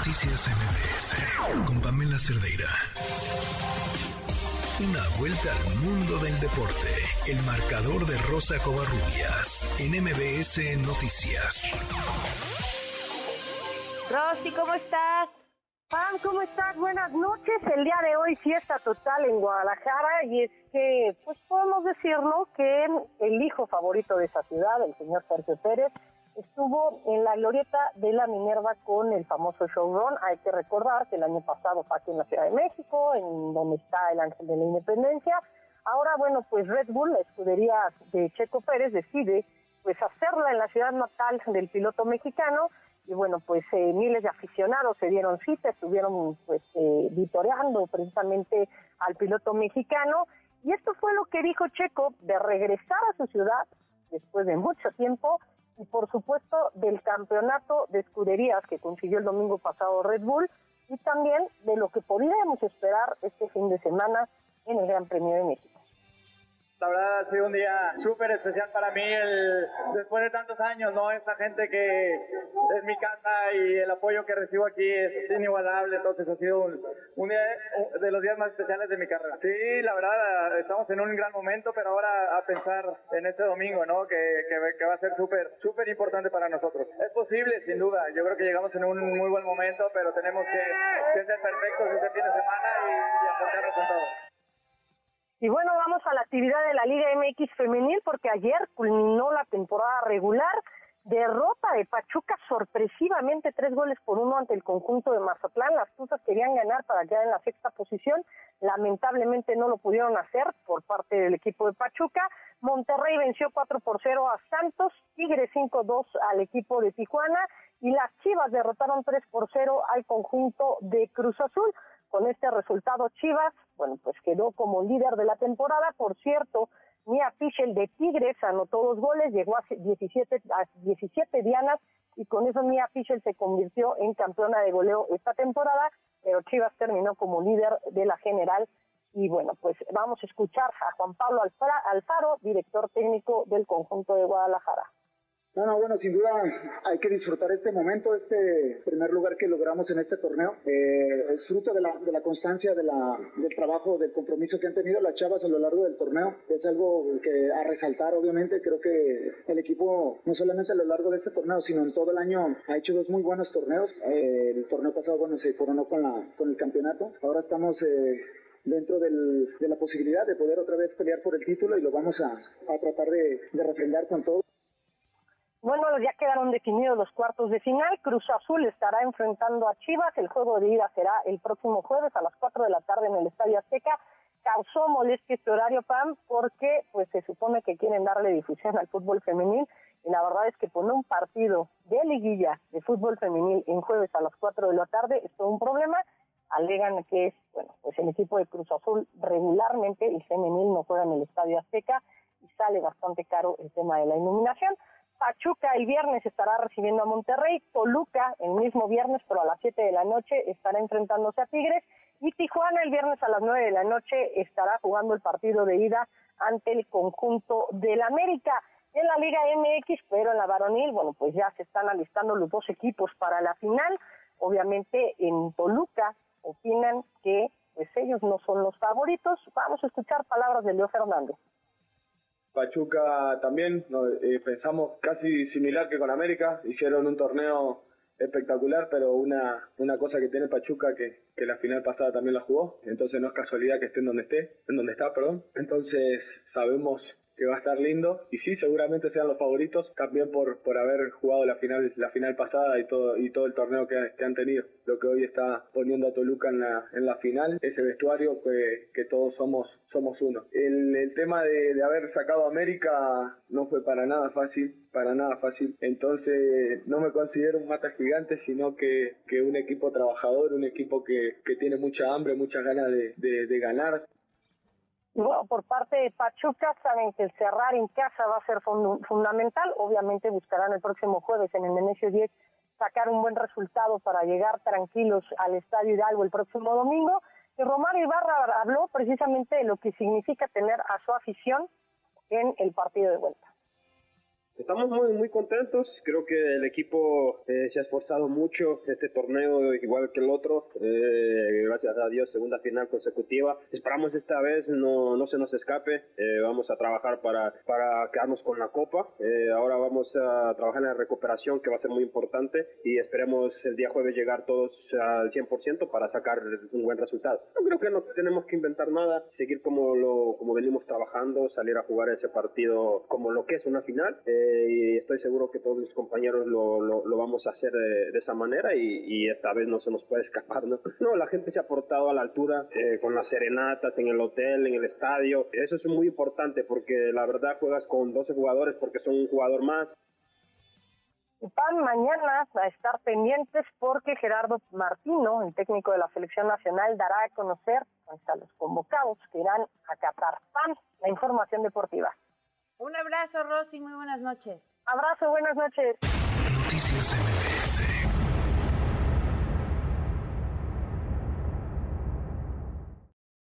Noticias MBS con Pamela Cerdeira. Una vuelta al mundo del deporte. El marcador de Rosa Covarrubias en MBS Noticias. Rosy, ¿cómo estás? Pam, ¿cómo estás? Buenas noches. El día de hoy fiesta total en Guadalajara y es que, pues podemos decirlo que el hijo favorito de esa ciudad, el señor Sergio Pérez, estuvo en la glorieta de la Minerva con el famoso showrun. Hay que recordar que el año pasado fue aquí en la Ciudad de México, en donde está el Ángel de la Independencia. Ahora, bueno, pues Red Bull, la escudería de Checo Pérez, decide pues hacerla en la ciudad natal del piloto mexicano. Y bueno, pues miles de aficionados se dieron cita, estuvieron pues vitoreando precisamente al piloto mexicano. Y esto fue lo que dijo Checo de regresar a su ciudad después de mucho tiempo y por supuesto del campeonato de escuderías que consiguió el domingo pasado Red Bull y también de lo que podríamos esperar este fin de semana en el Gran Premio de México. La verdad ha sido un día súper especial para mí, después de tantos años, ¿no? Esta gente que es mi casa y el apoyo que recibo aquí es inigualable, entonces ha sido un día de los días más especiales de mi carrera. Sí, la verdad, estamos en un gran momento, pero ahora a pensar en este domingo, ¿no? Que va a ser súper importante para nosotros. Es posible, sin duda, yo creo que llegamos en un muy buen momento, pero tenemos que ser perfectos este fin de semana y aportarnos con todo. Y bueno, vamos a la actividad de la Liga MX femenil porque ayer culminó la temporada regular. Derrota de Pachuca sorpresivamente 3-1 ante el conjunto de Mazatlán. Las Tuzas querían ganar para quedar en la sexta posición. Lamentablemente no lo pudieron hacer por parte del equipo de Pachuca. Monterrey venció 4-0 a Santos. Tigres 5-2 al equipo de Tijuana. Y las Chivas derrotaron 3-0 al conjunto de Cruz Azul. Con este resultado Chivas, bueno, pues quedó como líder de la temporada. Por cierto, Mia Fischel de Tigres anotó 2 goles, llegó a 17 dianas y con eso Mia Fischel se convirtió en campeona de goleo esta temporada, pero Chivas terminó como líder de la general. Y bueno, pues vamos a escuchar a Juan Pablo Alfaro, director técnico del conjunto de Guadalajara. Bueno, sin duda hay que disfrutar este momento, este primer lugar que logramos en este torneo. Es fruto de la constancia, del trabajo, del compromiso que han tenido las chavas a lo largo del torneo. Es algo que a resaltar, obviamente. Creo que el equipo, no solamente a lo largo de este torneo, sino en todo el año, ha hecho 2 muy buenos torneos. El torneo pasado, se coronó con el campeonato. Ahora estamos dentro de la posibilidad de poder otra vez pelear por el título y lo vamos a tratar de refrendar con todo. Bueno, ya quedaron definidos los cuartos de final. Cruz Azul estará enfrentando a Chivas. El juego de ida será el próximo jueves a las 4 de la tarde en el Estadio Azteca. Causó molestia este horario, Pam, porque pues se supone que quieren darle difusión al fútbol femenil. Y la verdad es que poner un partido de liguilla de fútbol femenil en jueves a las 4 de la tarde es todo un problema. Alegan que es, bueno, pues el equipo de Cruz Azul regularmente, el femenil no juega en el Estadio Azteca y sale bastante caro el tema de la iluminación. Pachuca el viernes estará recibiendo a Monterrey, Toluca el mismo viernes, pero a las 7 de la noche estará enfrentándose a Tigres, y Tijuana el viernes a las 9 de la noche estará jugando el partido de ida ante el conjunto del América. En la Liga MX, pero en la varonil, bueno, pues ya se están alistando los 2 equipos para la final. Obviamente en Toluca opinan que pues ellos no son los favoritos. Vamos a escuchar palabras de Leo Fernández. Pachuca también, pensamos casi similar que con América, hicieron un torneo espectacular, pero una cosa que tiene Pachuca que la final pasada también la jugó, entonces no es casualidad que esté en donde está, entonces sabemos que va a estar lindo y sí, seguramente sean los favoritos también por haber jugado la final pasada y todo el torneo que han tenido. Lo que hoy está poniendo a Toluca en la final, ese vestuario que todos somos uno. El tema de haber sacado a América no fue para nada fácil, entonces no me considero un mata gigante, sino que un equipo trabajador, un equipo que tiene mucha hambre, muchas ganas de ganar. Bueno, por parte de Pachuca saben que el cerrar en casa va a ser fundamental. Obviamente buscarán el próximo jueves en el Nemesio 10 sacar un buen resultado para llegar tranquilos al Estadio Hidalgo el próximo domingo. Y Romario Ibarra habló precisamente de lo que significa tener a su afición en el partido de vuelta. Estamos muy contentos, creo que el equipo se ha esforzado mucho este torneo, igual que el otro, gracias a Dios, segunda final consecutiva. Esperamos esta vez no se nos escape, vamos a trabajar para quedarnos con la Copa, ahora vamos a trabajar en la recuperación, que va a ser muy importante, y esperemos el día jueves llegar todos al 100% para sacar un buen resultado. Yo creo que no tenemos que inventar nada, seguir como venimos trabajando, salir a jugar ese partido como lo que es una final, y estoy seguro que todos mis compañeros lo vamos a hacer de esa manera, y esta vez no se nos puede escapar, ¿no? No, la gente se ha portado a la altura, con las serenatas en el hotel, en el estadio. Eso es muy importante porque la verdad juegas con 12 jugadores porque son un jugador más. Van mañana a estar pendientes porque Gerardo Martino, el técnico de la selección nacional, dará a conocer a los convocados que irán a Qatar. Pam, la información deportiva. Un abrazo, Rosy, muy buenas noches. Abrazo, buenas noches. Noticias MBS.